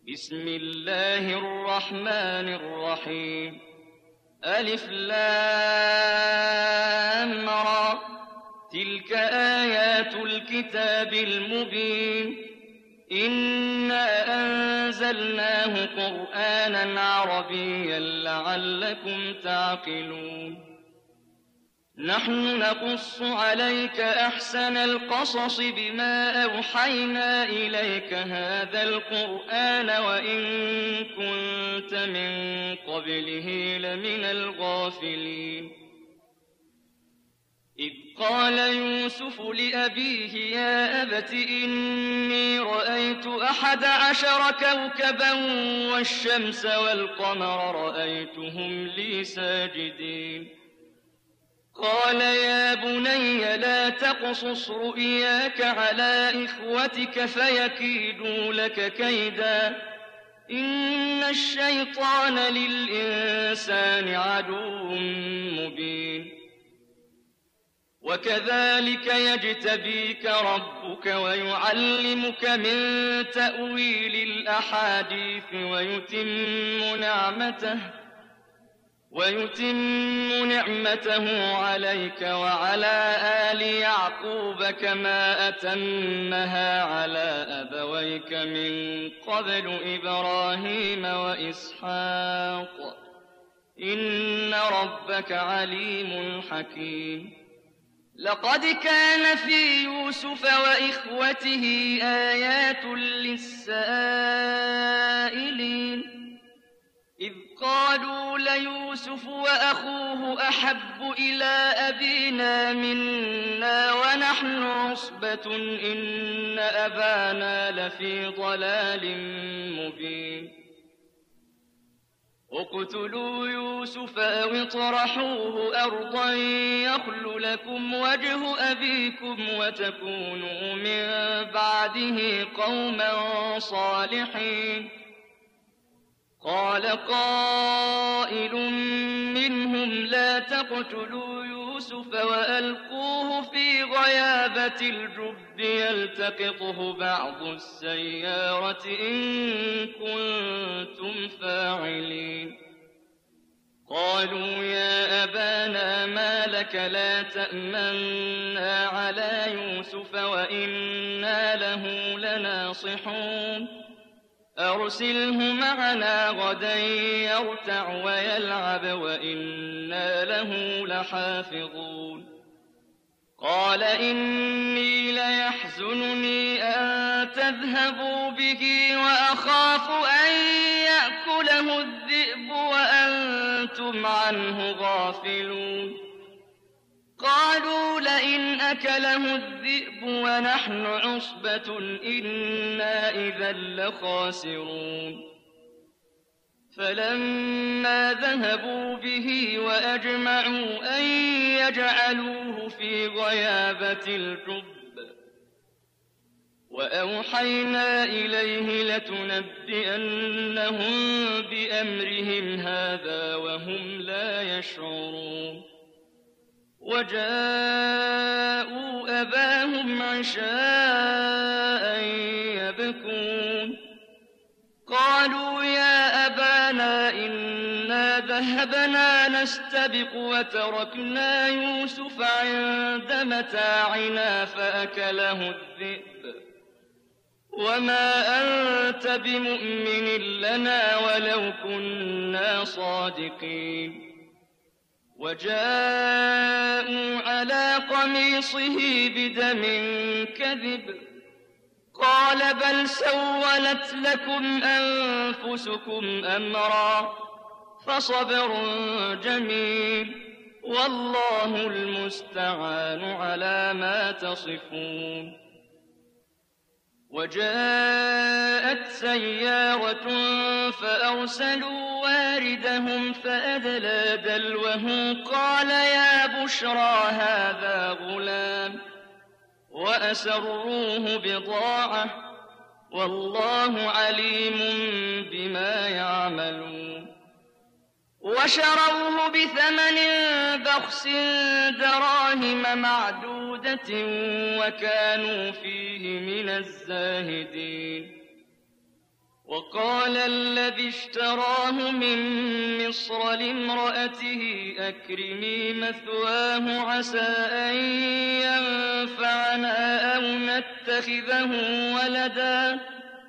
بسم الله الرحمن الرحيم. ألف لام را، تلك آيات الكتاب المبين. إنا أنزلناه قرآنا عربيا لعلكم تعقلون. نحن نقص عليك أحسن القصص بما أوحينا إليك هذا القرآن وإن كنت من قبله لمن الغافلين. إذ قال يوسف لأبيه يا أبت إني رأيت 11 كوكبا والشمس والقمر رأيتهم لي ساجدين. قال يا بني لا تقصص رؤياك على إخوتك فيكيدوا لك كيدا إن الشيطان للإنسان عدو مبين. وكذلك يجتبيك ربك ويعلمك من تأويل الأحاديث ويتم نعمته عليك وعلى آل يعقوب كما أتمها على أبويك من قبل إبراهيم وإسحاق إن ربك عليم حكيم. لقد كان في يوسف وإخوته آيات للسائلين إذ قالوا ليوسف وأخوه أحب إلى أبينا منا ونحن عصبة إن أبانا لفي ضلال مبين. اقتلوا يوسف أو اطرحوه أرضا يخل لكم وجه أبيكم وتكونوا من بعده قوما صالحين. قال قائل منهم لا تقتلوا يوسف وألقوه في غيابة الجب يلتقطه بعض السيارة إن كنتم فاعلين. قالوا يا أبانا ما لك لا تأمنا على يوسف وإنا له لناصحون. أرسله معنا غدا يرتع ويلعب وإنا له لحافظون. قال إني ليحزنني أن تذهبوا به وأخاف أن يأكله الذئب وأنتم عنه غافلون. قالوا لئن أكله الذئب ونحن عصبة إنا إذا لخاسرون. فلما ذهبوا به وأجمعوا أن يجعلوه في غيابة الجب وأوحينا إليه لتنبئنهم بأمرهم هذا وهم لا يشعرون. وجاءوا أباهم عشاء يبكون. قالوا يا أبانا إنا ذهبنا نستبق وتركنا يوسف عند متاعنا فأكله الذئب وما أنت بمؤمن لنا ولو كنا صادقين. وجاءوا على قميصه بدم كذب قال بل سولت لكم أنفسكم أمرا فصبر جميل والله المستعان على ما تصفون. وجاءت سيارة فأرسلوا واردهم فأدلى دلوه قال يا بشرى هذا غلام وأسروه بضاعة والله عليم بما يعملون. وشروه بثمن بخس دراهم معدودة وكانوا فيه من الزاهدين. وقال الذي اشتراه من مصر لامرأته أكرمي مثواه عسى أن ينفعنا أو نتخذه ولدا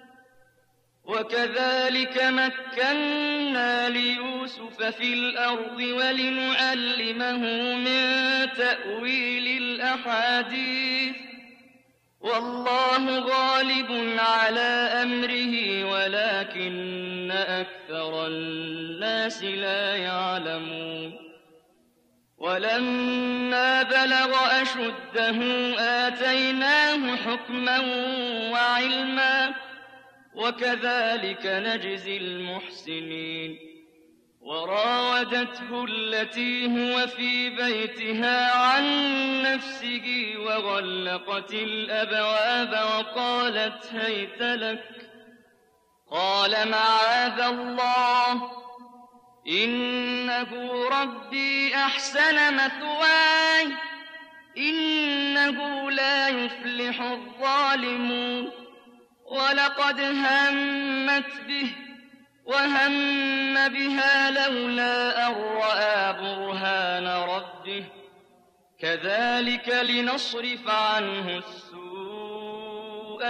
وكذلك مكنا ليوسف في الأرض ولنعلمه من تأويل الأحاديث والله غالب على أمره ولكن أكثر الناس لا يعلمون ولما بلغ أشده آتيناه حكما وعلما وكذلك نجزي المحسنين وراودته التي هو في بيتها عن نفسه وغلقت الأبواب وقالت هيت لك قال معاذ الله إنه ربي أحسن مثواي إنه لا يفلح الظالمون ولقد همت به وهم بها لولا أن رأى برهان ربه كذلك لنصرف عنه السوء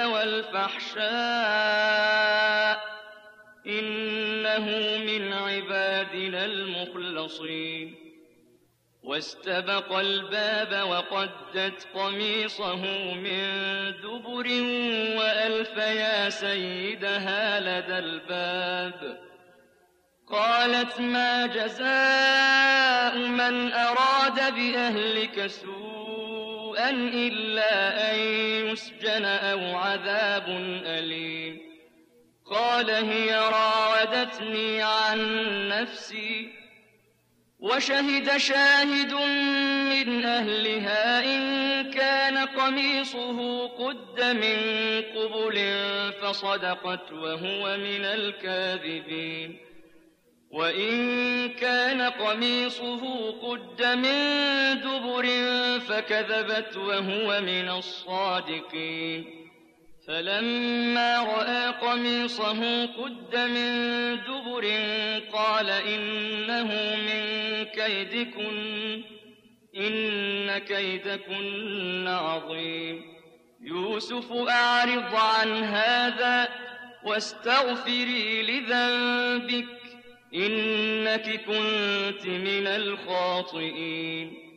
والفحشاء إنه من عبادنا المخلصين واستبق الباب وقدت قميصه من دبر وألف يا سيدها لدى الباب قالت ما جزاء من أراد بأهلك سوءا إلا أن يسجن أو عذاب أليم قال هي راودتني عن نفسي وشهد شاهد من أهلها إن كان قميصه قد من قبل فصدقت وهو من الكاذبين وإن كان قميصه قد من دبر فكذبت وهو من الصادقين فلما رأى قميصه قد من دبر قال إنه من كيدكن إن كيدكن عظيم يوسف أعرض عن هذا واستغفري لذنبك إنك كنت من الخاطئين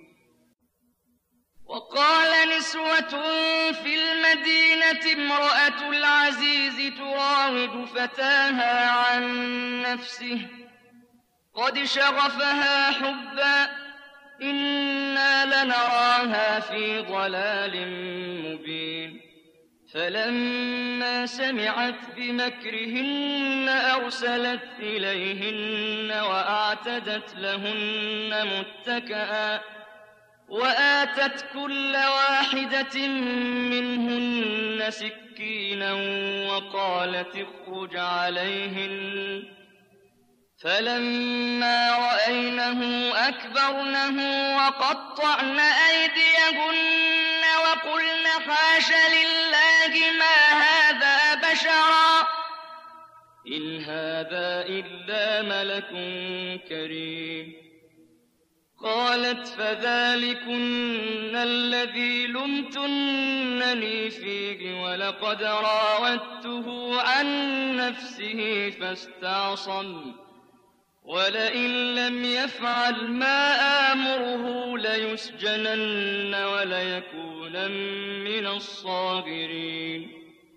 وقال نسوة في المدينة امرأة العزيز تراود فتاها عن نفسه قد شغفها حبا إنا لنراها في ضلال مبين فلما سمعت بمكرهن أرسلت إليهن وأعتدت لهن متكئا وآتت كل واحدة منهن سكينا وقالت اخرج عليهن فلما رأينه أكبرنه وقطعن أيديهن وقلن حاش لله ما هذا بشرا إن هذا إلا ملك كريم قالت فذلكن الذي لمتنني فيه ولقد راودته عن نفسه فاستعصم ولئن لم يفعل ما آمره ليسجنن وليكونن من الصاغرين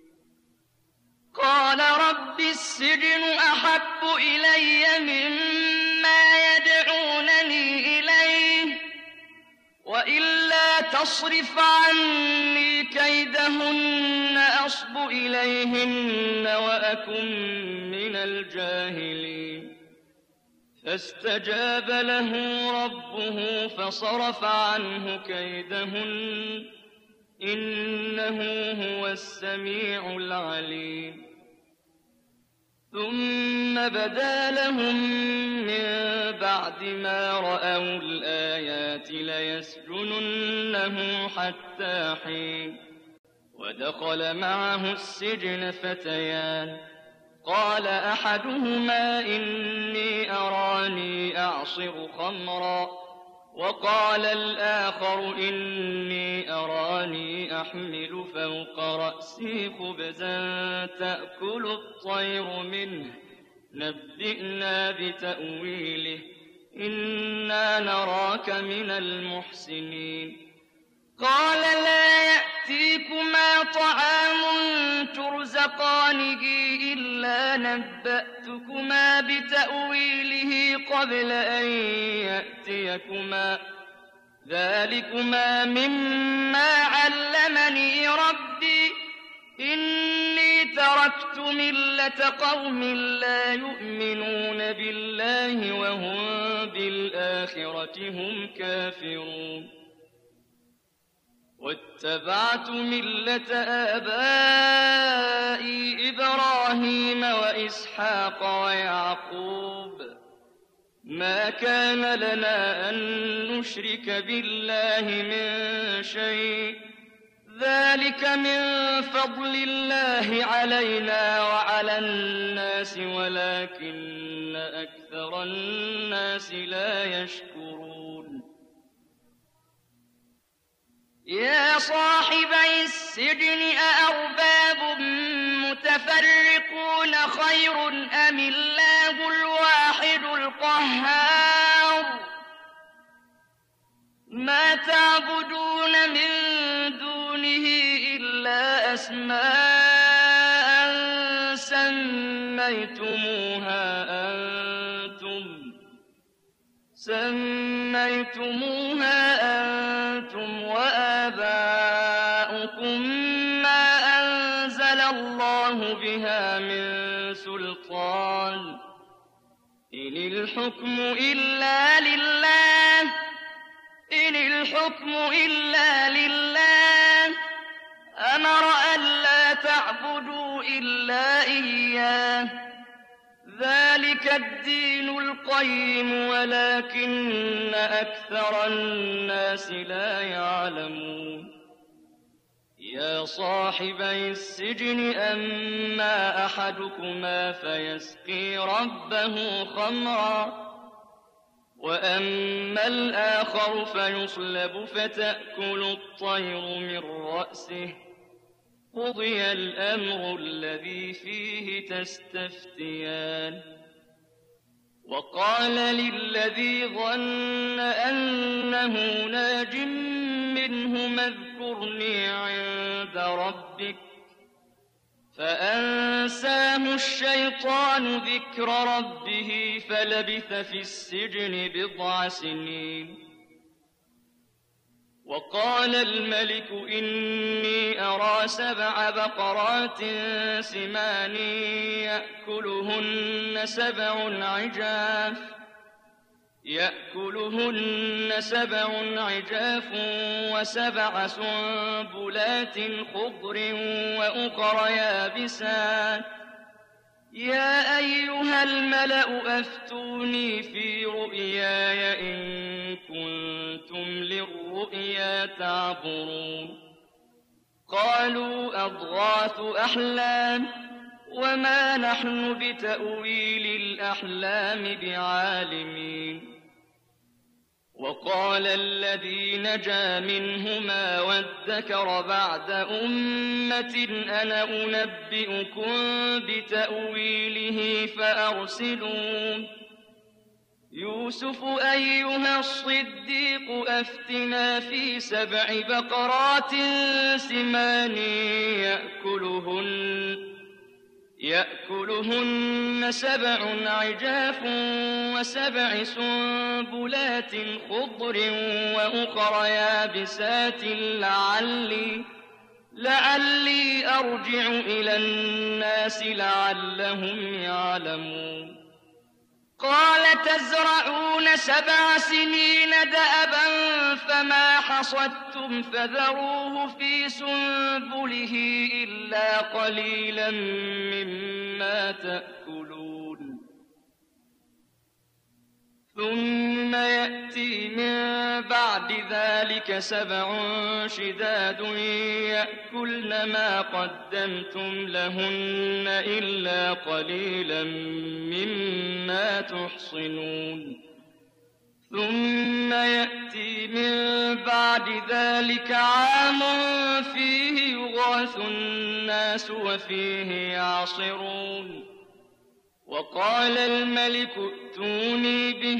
قال رب السجن أحب إلي مما يدعونني إليه وإلا تصرف عني كيدهن أصب إليهن وأكن من الجاهلين فاستجاب له ربه فصرف عنه كيدهن إنه هو السميع العليم ثم بدا لهم من بعد ما رأوا الآيات ليسجننه حتى حين ودخل معه السجن فتيان قال أحدهما إني أراني أعصر خمرا وقال الآخر إني أراني أحمل فوق رأسي خبزا تأكل الطير منه نبئنا بتأويله إنا نراك من المحسنين قال لا يأتيكما طعام ترزقانه إلا نبأتكما بتأويله قبل أن يأتيكما ذلكما مما علمني ربي إني تركت ملة قوم لا يؤمنون بالله وهم بالآخرة هم كافرون واتبعت ملة آبائي إبراهيم وإسحاق ويعقوب ما كان لنا أن نشرك بالله من شيء ذلك من فضل الله علينا وعلى الناس ولكن أكثر الناس لا يشكرون يا صاحبي السجن أأرباب متفرقون خير أم الله الواحد القهار ما تعبدون من دونه إلا أسماء سميتموها أنتم وآباؤكم ما أنزل الله بها من سلطان إن الحكم إلا لله أمر ألا تعبدوا إلا إياه ذلك الدين القيم ولكن أكثر الناس لا يعلمون يا صاحبي السجن أما أحدكما فيسقي ربه خمرا وأما الآخر فيصلب فتأكل الطير من رأسه قضي الأمر الذي فيه تستفتيان وقال للذي ظن أنه ناج منهما اذكرني عند ربك فأنساه الشيطان ذكر ربه فلبث في السجن بضع سنين وقال الملك إني أرى 7 بقرات سمان يأكلهن سبع عجاف و7 سنبلات خضر وأخر يابسات يا أيها الملأ أفتوني في رؤياي إن كنتم للرؤيا تعبرون قالوا أضغاث أحلام وما نحن بتأويل الأحلام بعالمين وقال الذي نجا منهما وادكر بعد أمة أنا أنبئكم بتأويله فأرسلون يوسف أيها الصديق أفتنا في 7 بقرات سمان يأكلهن 7 عجاف و7 سنبلات خضر وأخر يابسات لعلي أرجع إلى الناس لعلهم يعلمون قال تزرعون 7 سنين دأبا فما حصدتم فذروه في سنبله إلا قليلا مما تأكلون ثم يأتي من بعد ذلك 7 شداد يأكلن ما قدمتم لهن إلا قليلا مما تحصنون ثم يأتي من بعد ذلك عام فيه يغاث الناس وفيه يعصرون وقال الملك ائتوني به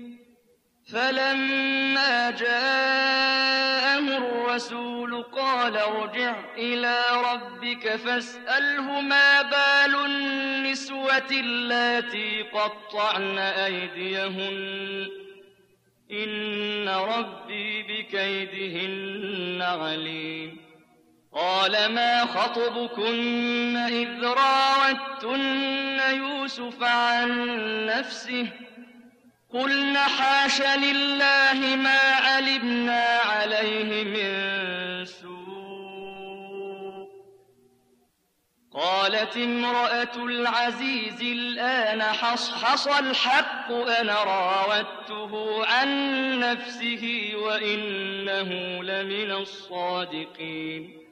فلما جاءه الرسول قال ارجع إلى ربك فاسأله ما بال النسوة اللاتي قطعن أيديهن إن ربي بكيدهن عليم قال ما خطبكن إذ راوتن يوسف عن نفسه قلن حاش لله ما علمنا عليه من سوء قالت امرأة العزيز الآن حصحص الحق أنا راودته عن نفسه وإنه لمن الصادقين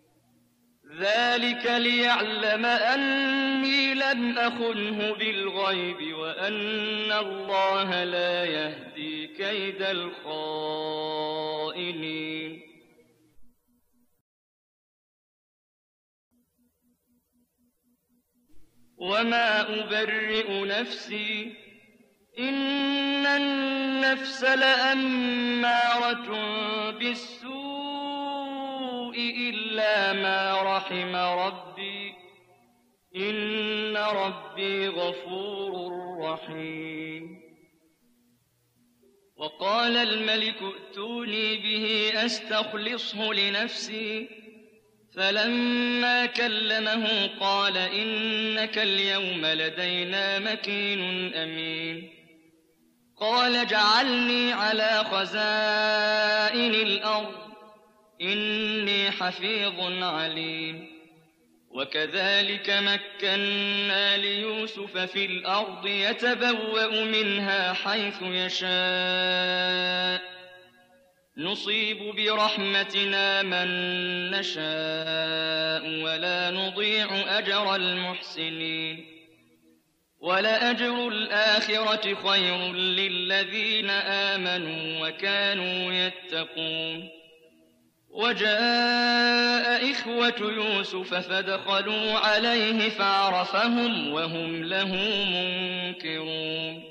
ذلك ليعلم أني لم أخنه بالغيب وأن الله لا يهدي كيد الخائنين وما أبرئ نفسي إن النفس لأمارة بالسوء إلا ما رحم ربي إن ربي غفور رحيم وقال الملك ائتوني به أستخلصه لنفسي فلما كلمه قال إنك اليوم لدينا مكين أمين قال اجعلني على خزائن الأرض إني حفيظ عليم وكذلك مكنا ليوسف في الأرض يتبوأ منها حيث يشاء نصيب برحمتنا من نشاء ولا نضيع أجر المحسنين ولأجر الآخرة خير للذين آمنوا وكانوا يتقون وجاء إخوة يوسف فدخلوا عليه فعرفهم وهم له منكرون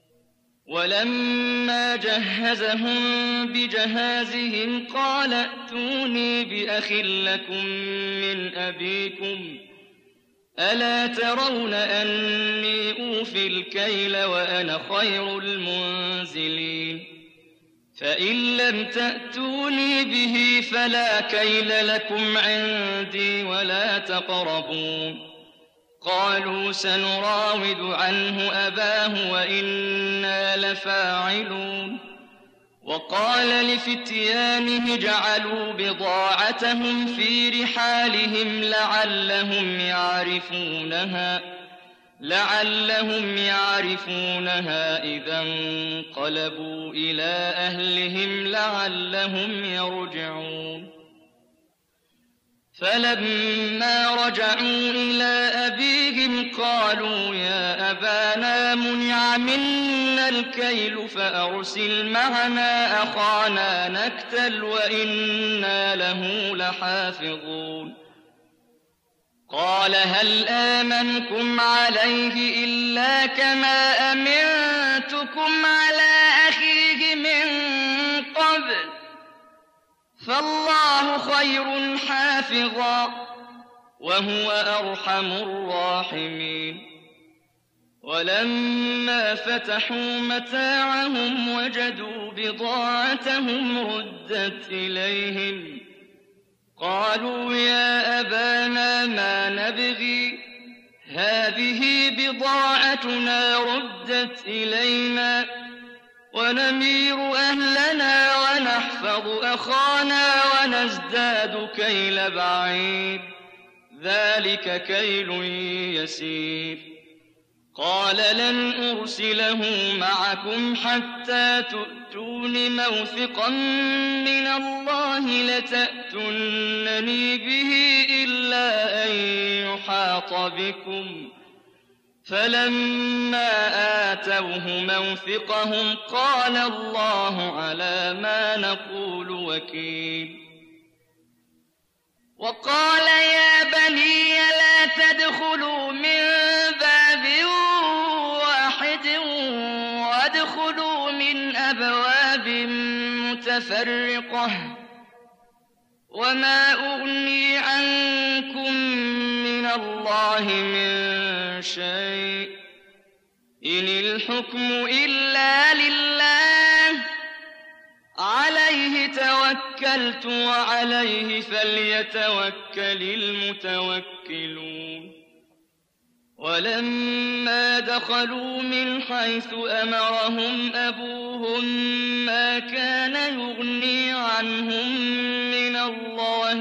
ولما جهزهم بجهازهم قال ائتوني بأخ لكم من أبيكم ألا ترون أني أوفي الكيل وأنا خير المنزلين فإن لم تأتوني به فلا كيل لكم عندي ولا تقربون قالوا سنراود عنه أباه وإنا لفاعلون وقال لفتيانه جعلوا بضاعتهم في رحالهم لعلهم يعرفونها إذا انقلبوا إلى أهلهم لعلهم يرجعون فلما رجعوا إلى أبيهم قالوا يا أبانا منع منا الكيل فأرسل معنا أخانا نكتل وإنا له لحافظون قال هل آمنكم عليه إلا كما أمنتكم على أخيه من قبل فالله خير حافظا وهو أرحم الراحمين ولما فتحوا متاعهم وجدوا بضاعتهم ردت إليهم قالوا يا أبانا ما نبغي هذه بضاعتنا ردت إلينا ونمير أهلنا ونحفظ أخانا ونزداد كيل بعير ذلك كيل يسير قال لن أرسله معكم حتى تؤتون موثقا من الله لتأتونني به إلا أن يحاط بكم. فلما آتوه موثقهم قال الله على ما نقول وكيل. وقال يا بني لا تدخلوا من باب واحد وادخلوا من أبواب متفرقة وما أغني عنكم من الله من شيء إن الحكم إلا لله عليه توكلت وعليه فليتوكل المتوكلون. ولما دخلوا من حيث أمرهم أبوهم ما كان يغني عنهم من الله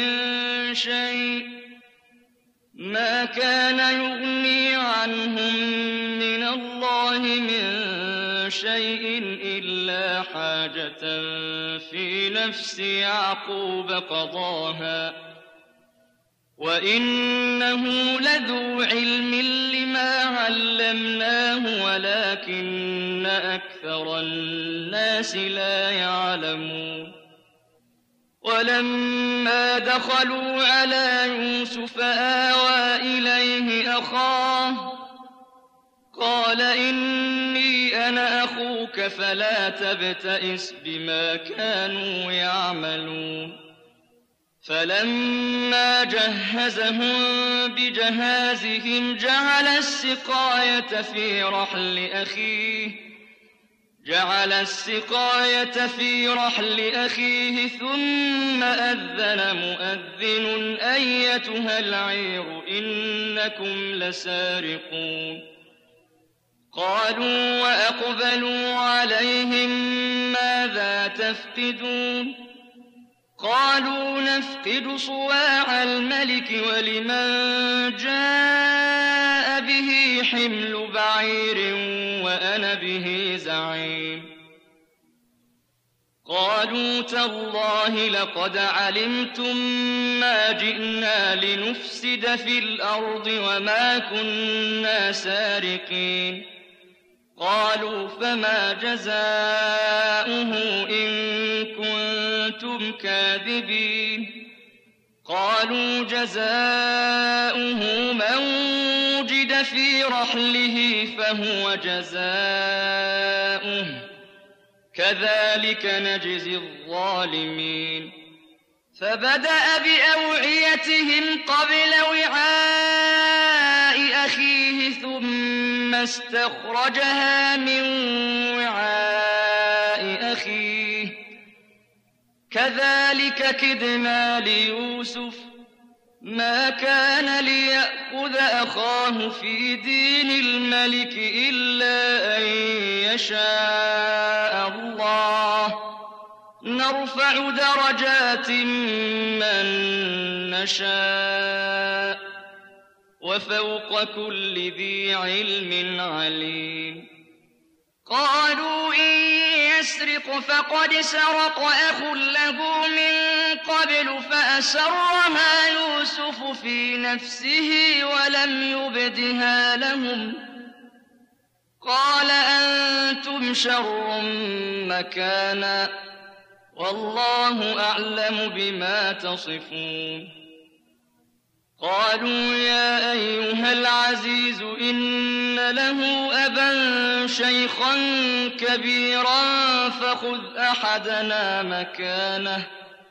من شيء إلا حاجة في نفس يعقوب قضاها وإنه لذو علم لما علمناه ولكن أكثر الناس لا يعلمون. ولما دخلوا على يوسف آوى إليه أخاه قال إني أنا أخوك فلا تبتئس بما كانوا يعملون. فلما جهزهم بجهازهم جعل السقاية في رحل أخيه ثم أذن مؤذن أيتها العير إنكم لسارقون. قالوا وأقبلوا عليهم ماذا تفقدون؟ قالوا نفقد صواع الملك ولمن جاء به حمل بعير وأنا به زعيم. قالوا تالله لقد علمتم ما جئنا لنفسد في الأرض وما كنا سارقين. قالوا فما جزاؤه إن كنتم كاذبين؟ قالوا جزاؤه من وجد في رحله فهو جزاؤه كذلك نجزي الظالمين. فبدأ بأوعيتهم قبل وعاء أخيه ثم استخرجها من وعاء أخيه كذلك كدنا ليوسف ما كان ليأخذ أخاه في دين الملك إلا أن يشاء الله نرفع درجات من نشاء وفوق كل ذي علم عليم. قالوا إن يسرق فقد سرق أخ له من قبل فأسرها يوسف في نفسه ولم يبدها لهم. قال أنتم شر مكانا والله أعلم بما تصفون. قالوا يا أيها العزيز إن له أبا شيخا كبيرا فخذ أحدنا مكانه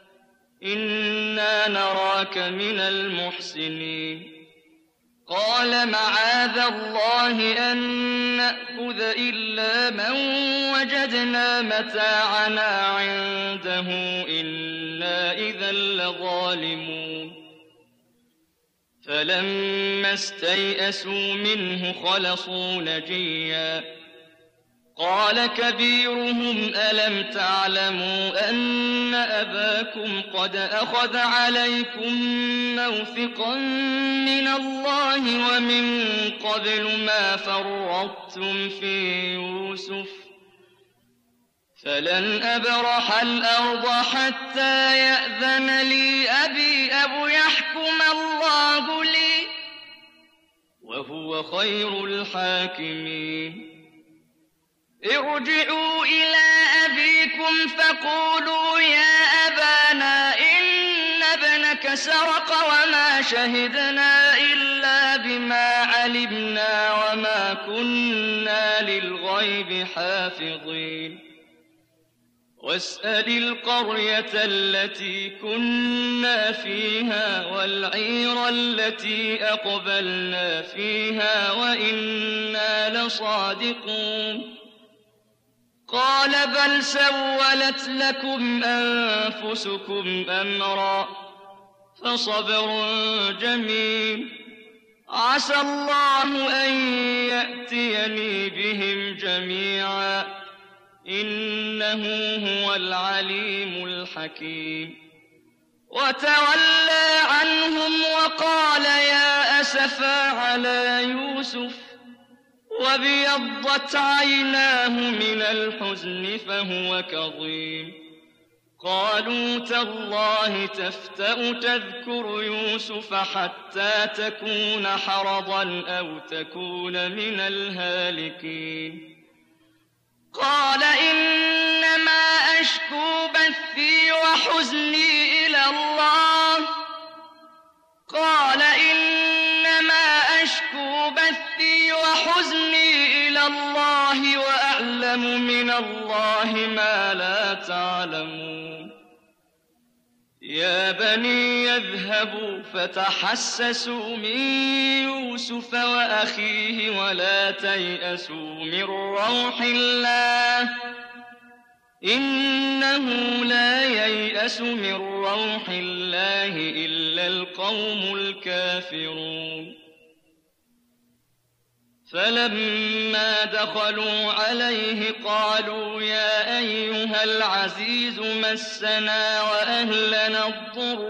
إنا نراك من المحسنين. قال معاذ الله أن نأخذ إلا من وجدنا متاعنا عنده إنا إذا لظالمون. فلما استيئسوا منه خلصوا نجيا قال كبيرهم ألم تعلموا أن أباكم قد أخذ عليكم موثقا من الله ومن قبل ما فرطتم في يوسف فلن أبرح الأرض حتى يأذن لي أبي أو يحكم الله لي وهو خير الحاكمين ارجعوا إلى أبيكم فقولوا يا أبانا إن ابنك سرق وما شهدنا إلا بما علمنا وما كنا للغيب حافظين واسأل القرية التي كنا فيها والعير التي أقبلنا فيها وإنا لصادقون قال بل سولت لكم أنفسكم أمرا فصبر جميل عسى الله أن يأتيني بهم جميعا إنه هو العليم الحكيم وتولى عنهم وقال يا أسفا على يوسف وابيضت عيناه من الحزن فهو كظيم قالوا تالله تفتأ تذكر يوسف حتى تكون حرضا أو تكون من الهالكين قال إنما أشكو بثي وحزني إلى الله وأعلم من الله ما لا تعلمون يا بني يذهبوا فتحسسوا من يوسف وأخيه ولا تيأسوا من روح الله إنه لا ييأس من روح الله إلا القوم الكافرون فلما دخلوا عليه قالوا يا أيها العزيز مسنا وأهلنا الضر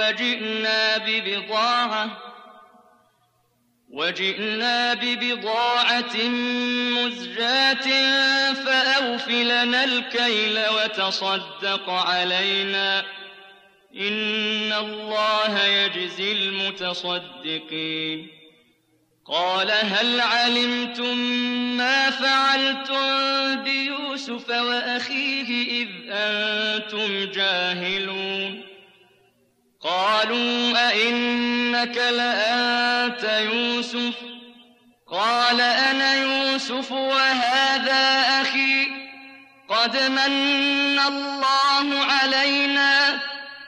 وجئنا ببضاعة مزجاة فأوف لنا الكيل وتصدق علينا إن الله يجزي المتصدقين قال هل علمتم ما فعلتم بيوسف وأخيه إذ أنتم جاهلون قالوا أئنك لأنت يوسف قال أنا يوسف وهذا أخي قد من الله علينا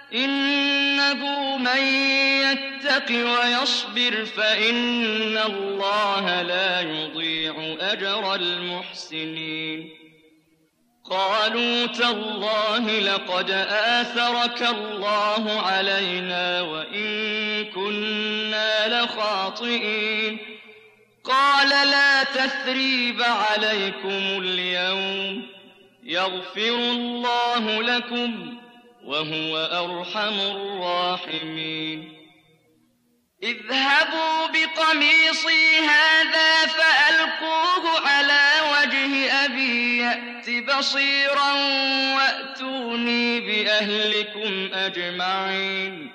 إنه من يتق ويصبر فإن الله لا يضيع أجر المحسنين قالوا تالله لقد آثرك الله علينا وإن كنا لخاطئين قال لا تثريب عليكم اليوم يغفر الله لكم وهو أرحم الراحمين اذهبوا بقميصي هذا فألقوه على وجه أبي يأت بصيرا وأتوني بأهلكم أجمعين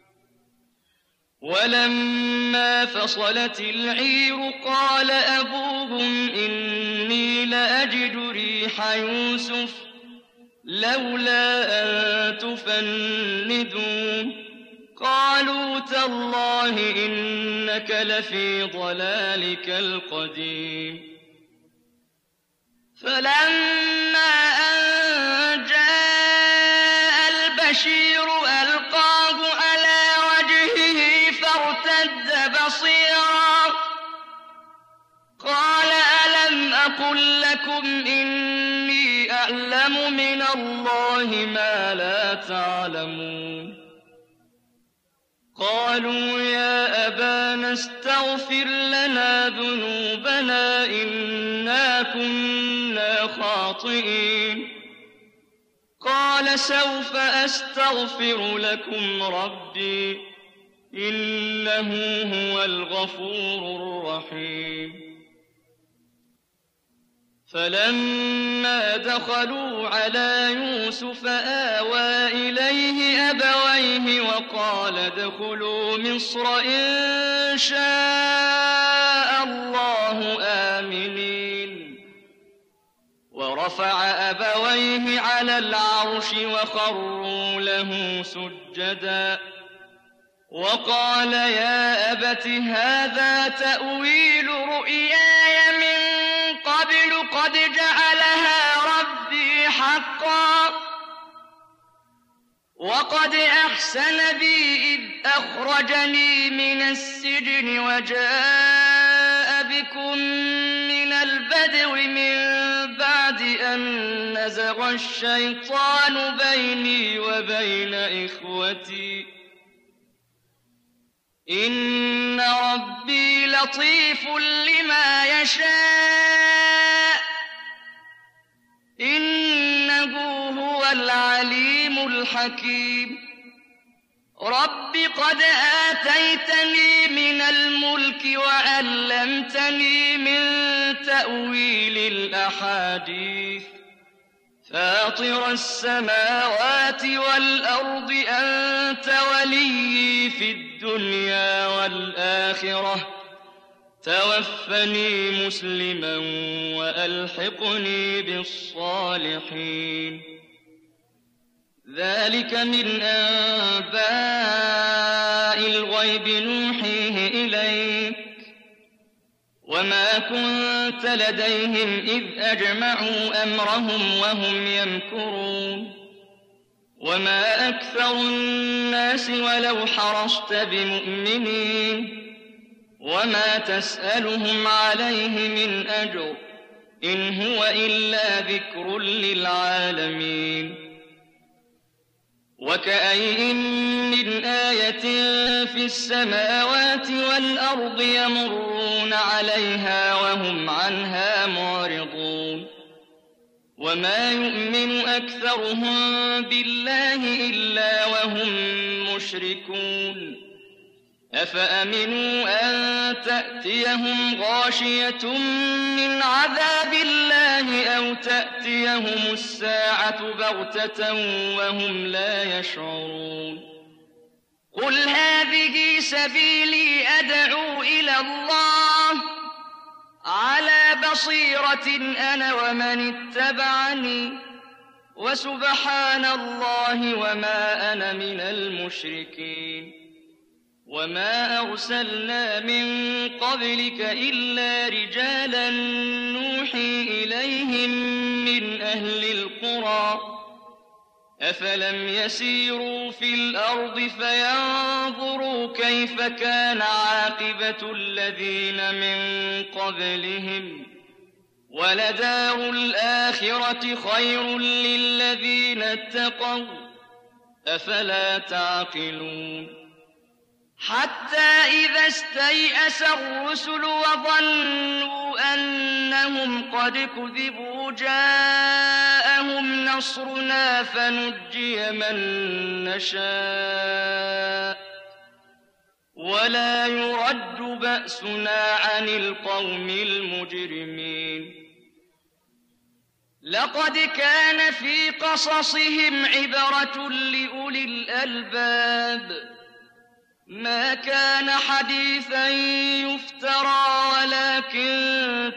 ولما فصلت العير قال أبوهم إني لأجد ريح يوسف لولا أن تفندون قالوا تالله إنك لفي ضلالك القديم فلما أن جاء البشير ألقاه على وجهه فارتد بصيرا قال ألم أقل لكم إني أعلم من الله ما لا تعلمون قالوا يا أبانا استغفر لنا ذنوبنا ربنا إنا كنا خاطئين قال سوف أستغفر لكم ربي إنه هو الغفور الرحيم فلما دخلوا على يوسف آوى إليه أبويه وقال ادخلوا مصر إن شاء الله آمنين ورفع أبويه على العرش وخروا له سجدا وقال يا أبت هذا تأويل رؤياي من قبل قد جعلها ربي حقا وقد أحسن بي إذ أخرجني من السجن وجاء بكم من البدو من بعد أن نزغ الشيطان بيني وبين إخوتي إن ربي لطيف لما يشاء إنه هو العليم الحكيم رب قد آتيتني من الملك وعلمتني من تأويل الأحاديث فاطر السماوات والأرض أنت وليي في الدنيا والآخرة توفني مسلما وألحقني بالصالحين ذلك من أنباء الغيب نوحيه إليك وما كنت لديهم إذ أجمعوا أمرهم وهم يمكرون وما أكثر الناس ولو حرصت بمؤمنين وما تسألهم عليه من أجر إن هو إلا ذكر للعالمين وكأين من آية في السماوات والأرض يمرون عليها وهم عنها معرضون وما يؤمن أكثرهم بالله إلا وهم مشركون أفأمنوا أن تأتيهم غاشية من عذاب الله أو تأتيهم الساعة بغتة وهم لا يشعرون قل هذه سبيلي أدعو إلى الله على بصيرة أنا ومن اتبعني وسبحان الله وما أنا من المشركين وما أرسلنا من قبلك إلا رجالا نوحي إليهم من أهل القرى أفلم يسيروا في الأرض فينظروا كيف كان عاقبة الذين من قبلهم ولدار الآخرة خير للذين اتقوا أفلا تعقلون حتى إذا استيأس الرسل وظنوا أنهم قد كذبوا جاءهم نصرنا فنجي من نشاء ولا يرد بأسنا عن القوم المجرمين لقد كان في قصصهم عبرة لأولي الألباب ما كان حديثا يفترى ولكن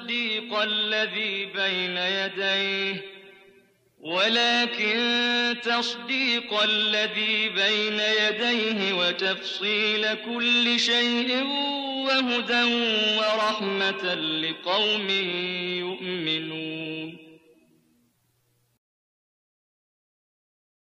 تصديق الذي بين يديه وتفصيل كل شيء وهدى ورحمة لقوم